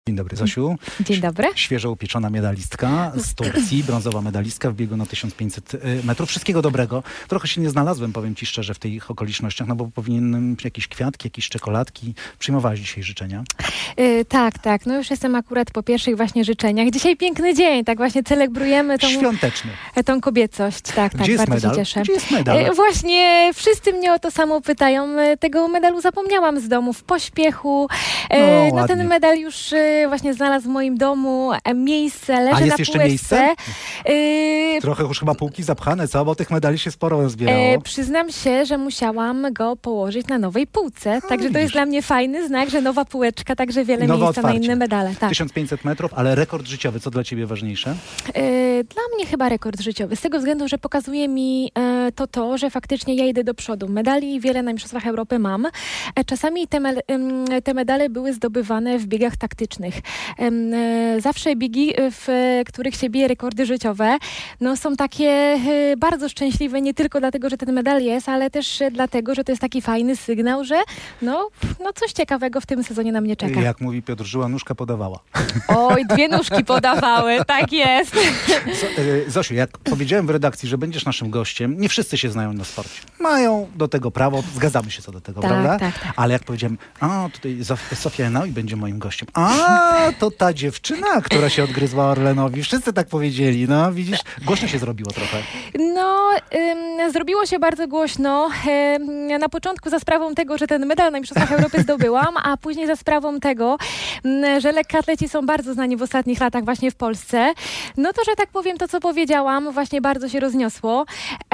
Dzień dobry, Zosiu. Dzień dobry. Świeżo upieczona medalistka z Turcji, brązowa medalistka w biegu na 1500 metrów. Wszystkiego dobrego. Trochę się nie znalazłem, powiem ci szczerze, w tych okolicznościach, no bo powinienem jakieś kwiatki, jakieś czekoladki. Przyjmowałaś dzisiaj życzenia? Tak. No już jestem akurat po pierwszych właśnie życzeniach. Dzisiaj piękny dzień, tak właśnie celebrujemy Świąteczny. Tą kobiecość. Tak, Gdzie jest bardzo medal? się cieszę. Gdzie jest medal? Właśnie wszyscy mnie o to samo pytają. Tego medalu zapomniałam z domu w pośpiechu. No ten medal już właśnie znalazł w moim domu miejsce, leży na półeczce. A jest jeszcze miejsce? Trochę już chyba półki zapchane, co? Bo tych medali się sporo zbierało. Przyznam się, że musiałam go położyć na nowej półce. Także to jest dla mnie fajny znak, że nowa półeczka, także wiele miejsca na inne medale. Tak. 1500 metrów, ale rekord życiowy. Co dla ciebie ważniejsze? Dla mnie chyba rekord życiowy. Z tego względu, że pokazuje mi to, że faktycznie ja idę do przodu. Medali wiele na Mistrzostwach Europy mam. Czasami te medale były zdobywane w biegach taktycznych. Zawsze biegi, w których się bije rekordy życiowe, no są takie bardzo szczęśliwe, nie tylko dlatego, że ten medal jest, ale też dlatego, że to jest taki fajny sygnał, że no coś ciekawego w tym sezonie na mnie czeka. Jak mówi Piotr Żyła, nóżka podawała. Oj, 2 nóżki podawały, tak jest. Zosiu, jak powiedziałem w redakcji, że będziesz naszym gościem, nie wszyscy się znają na sporcie. Mają do tego prawo, zgadzamy się co do tego, prawda? Tak. Ale jak powiedziałem, tutaj Zofia Henao będzie moim gościem. To ta dziewczyna, która się odgryzła Orlenowi. Wszyscy tak powiedzieli, no widzisz, głośno się zrobiło trochę. No, zrobiło się bardzo głośno. Na początku za sprawą tego, że ten medal na Mistrzostwach Europy zdobyłam, a później za sprawą tego, że lekkoatleci są bardzo znani w ostatnich latach właśnie w Polsce. No to, że tak powiem, to co powiedziałam, właśnie bardzo się rozniosło.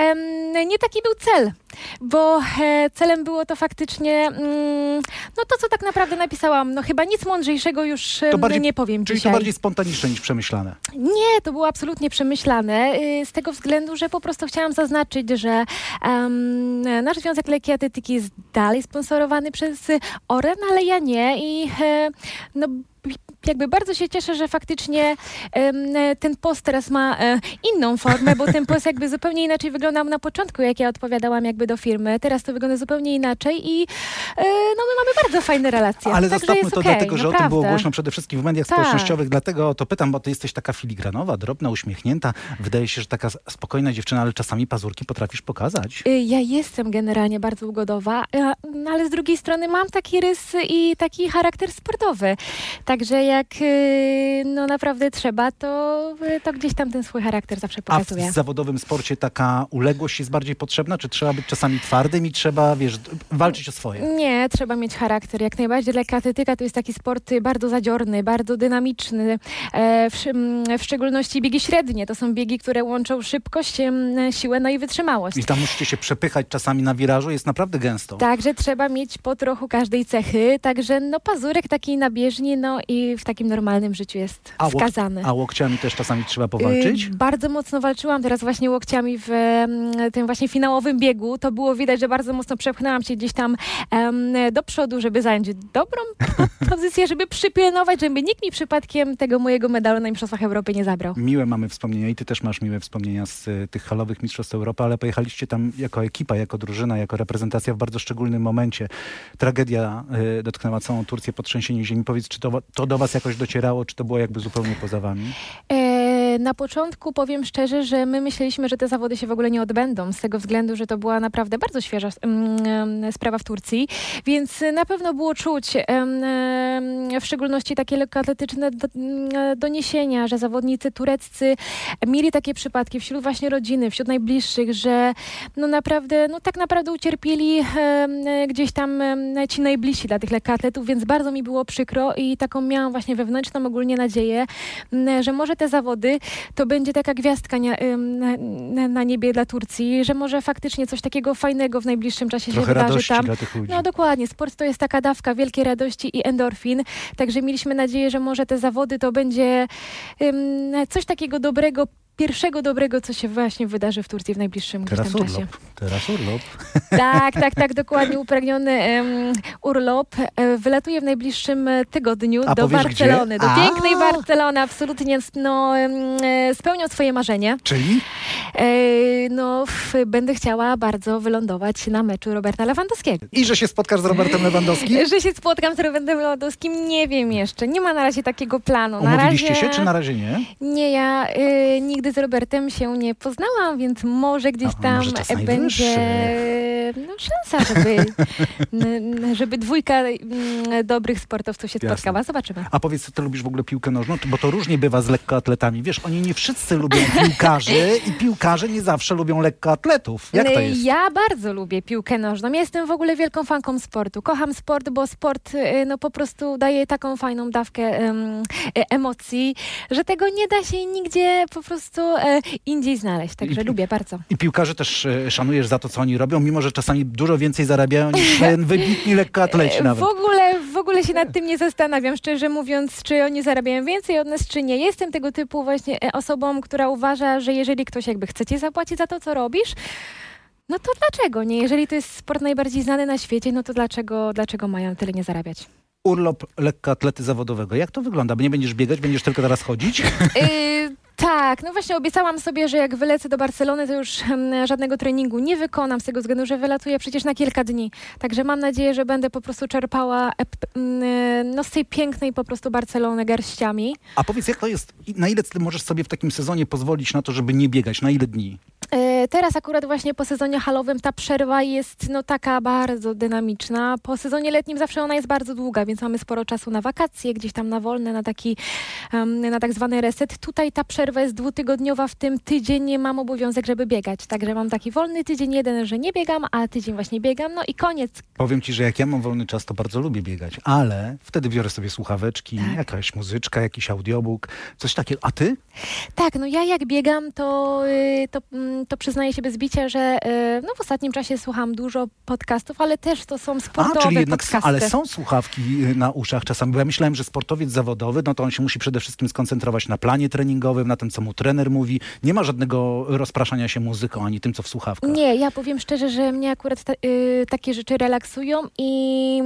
Nie taki był cel, bo celem było to faktycznie to, co tak naprawdę napisałam. No chyba nic mądrzejszego już nie powiem czyli dzisiaj. to bardziej spontaniczne niż przemyślane? Nie, to było absolutnie przemyślane. Z tego względu, że po prostu chciałam zaznaczyć, że nasz Związek Lekkiej Atletyki jest dalej sponsorowany przez Orlen, ale ja nie. I jakby bardzo się cieszę, że faktycznie ten post teraz ma inną formę, bo ten post jakby zupełnie inaczej wyglądał na początku, jak ja odpowiadałam jakby do firmy. Teraz to wygląda zupełnie inaczej i my mamy bardzo fajne relacje. Ale także zostawmy to dlatego, że naprawdę. o tym było głośno przede wszystkim w mediach społecznościowych, dlatego to pytam, bo ty jesteś taka filigranowa, drobna, uśmiechnięta. Wydaje się, że taka spokojna dziewczyna, ale czasami pazurki potrafisz pokazać. Ja jestem generalnie bardzo ugodowa, ale z drugiej strony mam taki rys i taki charakter sportowy. Także jak naprawdę trzeba, to gdzieś tam ten swój charakter zawsze pokazuje. A w zawodowym sporcie taka uległość jest bardziej potrzebna? Czy trzeba być czasami twardym i trzeba, walczyć o swoje? Nie, trzeba mieć charakter. Jak najbardziej lekka atletyka to jest taki sport bardzo zadziorny, bardzo dynamiczny. W szczególności biegi średnie. To są biegi, które łączą szybkość, siłę, no i wytrzymałość. I tam musicie się przepychać czasami na wirażu, jest naprawdę gęsto. Także trzeba mieć po trochu każdej cechy. Także pazurek taki na bieżni, i w takim normalnym życiu jest wskazany. A łokciami też czasami trzeba powalczyć? Bardzo mocno walczyłam teraz właśnie łokciami w tym właśnie finałowym biegu. To było widać, że bardzo mocno przepchnęłam się gdzieś tam do przodu, żeby zająć dobrą pozycję, żeby przypilnować, żeby nikt mi przypadkiem tego mojego medalu na Mistrzostwach Europy nie zabrał. Miłe mamy wspomnienia i ty też masz miłe wspomnienia z tych halowych Mistrzostw Europy, ale pojechaliście tam jako ekipa, jako drużyna, jako reprezentacja w bardzo szczególnym momencie. Tragedia dotknęła całą Turcję po trzęsieniu ziemi. Powiedz, czy to do was jakoś docierało, czy to było jakby zupełnie poza wami? Na początku powiem szczerze, że my myśleliśmy, że te zawody się w ogóle nie odbędą, z tego względu, że to była naprawdę bardzo świeża sprawa w Turcji, więc na pewno było czuć w szczególności takie lekkoatletyczne doniesienia, że zawodnicy tureccy mieli takie przypadki wśród właśnie rodziny, wśród najbliższych, że tak naprawdę ucierpieli gdzieś tam ci najbliżsi dla tych lekkoatletów, więc bardzo mi było przykro i taką miałam właśnie wewnętrzną ogólnie nadzieję, że może te zawody to będzie taka gwiazdka na niebie dla Turcji, że może faktycznie coś takiego fajnego w najbliższym czasie trochę się wydarzy tam. Dla tych ludzi. No dokładnie, sport to jest taka dawka wielkiej radości i endorfin, także mieliśmy nadzieję, że może te zawody to będzie coś takiego dobrego pierwszego dobrego, co się właśnie wydarzy w Turcji w najbliższym gdzieś tam czasie. Teraz urlop. Tak, dokładnie upragniony urlop. Wylatuje w najbliższym tygodniu do Barcelony, do pięknej Barcelony. Absolutnie spełnią swoje marzenie. Czyli? Będę chciała bardzo wylądować na meczu Roberta Lewandowskiego. I że się spotkasz z Robertem Lewandowskim? Że się spotkam z Robertem Lewandowskim, nie wiem jeszcze. Nie ma na razie takiego planu. Umówiliście się, czy na razie nie? Nie, ja nigdy z Robertem się nie poznałam, więc może gdzieś tam będzie szansa, żeby dwójka dobrych sportowców się spotkała. Zobaczymy. A powiedz, ty lubisz w ogóle piłkę nożną? Bo to różnie bywa z lekkoatletami. Wiesz, oni nie wszyscy lubią piłkarzy i piłkarze nie zawsze lubią lekkoatletów. Jak to jest? Ja bardzo lubię piłkę nożną. Ja jestem w ogóle wielką fanką sportu. Kocham sport, bo sport po prostu daje taką fajną dawkę emocji, że tego nie da się nigdzie po prostu indziej znaleźć. Także lubię bardzo. I piłkarzy też szanujesz za to, co oni robią, mimo że czasami dużo więcej zarabiają niż wybitni lekkoatleci nawet. W ogóle się nad tym nie zastanawiam, szczerze mówiąc, czy oni zarabiają więcej od nas, czy nie. Jestem tego typu właśnie osobą, która uważa, że jeżeli ktoś jakby chce ci zapłacić za to, co robisz, no to dlaczego nie? Jeżeli to jest sport najbardziej znany na świecie, no to dlaczego mają tyle nie zarabiać? Urlop lekkoatlety zawodowego. Jak to wygląda? Bo nie będziesz biegać, będziesz tylko teraz chodzić? Tak, no właśnie obiecałam sobie, że jak wylecę do Barcelony, to już żadnego treningu nie wykonam z tego względu, że wylatuję przecież na kilka dni. Także mam nadzieję, że będę po prostu czerpała z tej pięknej po prostu Barcelony garściami. A powiedz, jak to jest? Na ile ty możesz sobie w takim sezonie pozwolić na to, żeby nie biegać? Na ile dni? Teraz akurat właśnie po sezonie halowym ta przerwa jest taka bardzo dynamiczna. Po sezonie letnim zawsze ona jest bardzo długa, więc mamy sporo czasu na wakacje, gdzieś tam na wolne, na tak zwany reset. Tutaj ta przerwa jest 2-tygodniowa, w tym tydzień mam obowiązek, żeby biegać. Także mam taki wolny tydzień jeden, że nie biegam, a tydzień właśnie biegam, no i koniec. Powiem ci, że jak ja mam wolny czas, to bardzo lubię biegać, ale wtedy biorę sobie słuchaweczki, jakaś muzyczka, jakiś audiobook, coś takiego. A ty? Tak, no ja jak biegam, to przyznaję się bez bicia, że w ostatnim czasie słucham dużo podcastów, ale też to są sportowe czyli jednak podcasty. Ale są słuchawki na uszach czasami, bo ja myślałem, że sportowiec zawodowy, no to on się musi przede wszystkim skoncentrować na planie treningowym, na tym, co mu trener mówi. Nie ma żadnego rozpraszania się muzyką, ani tym, co w słuchawkach. Nie, ja powiem szczerze, że mnie akurat takie rzeczy relaksują i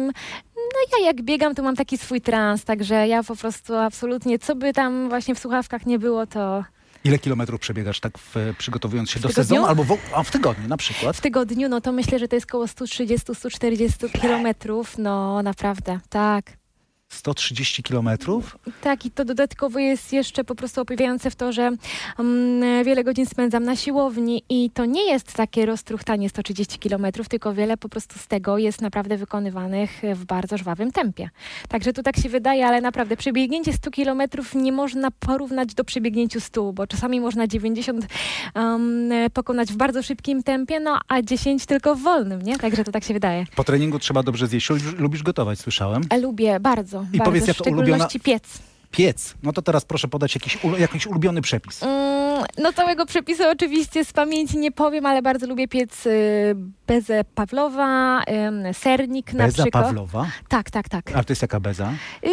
ja jak biegam, to mam taki swój trans, także ja po prostu absolutnie, co by tam właśnie w słuchawkach nie było, to... Ile kilometrów przebiegasz tak przygotowując się do sezonu? Albo w tygodniu na przykład? W tygodniu, no to myślę, że to jest około 130-140 kilometrów. No naprawdę, tak. 130 kilometrów? Tak, i to dodatkowo jest jeszcze po prostu opowiadające w to, że wiele godzin spędzam na siłowni i to nie jest takie roztruchtanie 130 kilometrów, tylko wiele po prostu z tego jest naprawdę wykonywanych w bardzo żwawym tempie. Także tu tak się wydaje, ale naprawdę przebiegnięcie 100 kilometrów nie można porównać do przebiegnięciu 100, bo czasami można 90 pokonać w bardzo szybkim tempie, no a 10 tylko w wolnym, nie? Także to tak się wydaje. Po treningu trzeba dobrze zjeść. Lubisz gotować, słyszałem? Lubię, bardzo. I powiedz, jak w szczególności piec. Piec. No to teraz proszę podać jakiś ulubiony przepis. No całego przepisu oczywiście z pamięci nie powiem, ale bardzo lubię piec bezę Pawlowa, sernik na przykład. Beza Pawlowa? Tak. A to jest jaka beza?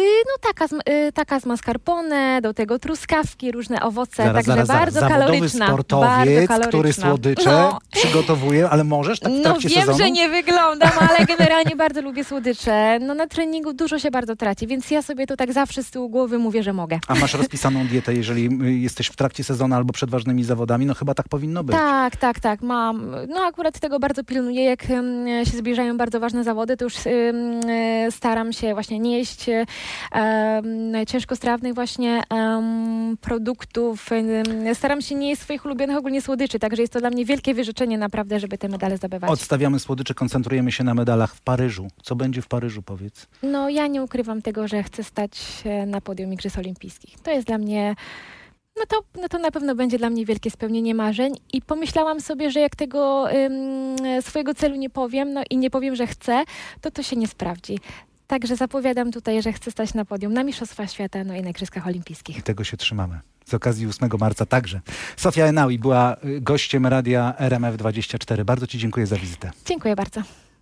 Taka z mascarpone, do tego truskawki, różne owoce, Zaraz. bardzo kaloryczna. Sportowiec, który słodycze przygotowuje, ale możesz tak w trakcie wiem, sezonu? że nie wyglądam, ale generalnie bardzo lubię słodycze. No na treningu dużo się bardzo traci, więc ja sobie to tak zawsze z tyłu głowy mówię, że mogę. A masz rozpisaną dietę, jeżeli jesteś w trakcie sezonu albo przed ważnymi zawodami? No chyba tak powinno być. Tak, mam. No akurat tego bardzo pilnuję. Jak się zbliżają bardzo ważne zawody, to już staram się właśnie nie jeść ciężkostrawnych właśnie produktów. Staram się nie jeść swoich ulubionych ogólnie słodyczy, także jest to dla mnie wielkie wyrzeczenie naprawdę, żeby te medale zdobywać. Odstawiamy słodycze, koncentrujemy się na medalach w Paryżu. Co będzie w Paryżu, powiedz? No ja nie ukrywam tego, że chcę stać na podium Igrzysk Olimpijskich. To jest dla mnie... No to na pewno będzie dla mnie wielkie spełnienie marzeń i pomyślałam sobie, że jak tego swojego celu nie powiem, no i nie powiem, że chcę, to się nie sprawdzi. Także zapowiadam tutaj, że chcę stać na podium na Mistrzostwach Świata, no i na Igrzyskach Olimpijskich. I tego się trzymamy. Z okazji 8 marca także. Sofia Enaui była gościem radia RMF24. Bardzo ci dziękuję za wizytę. Dziękuję bardzo.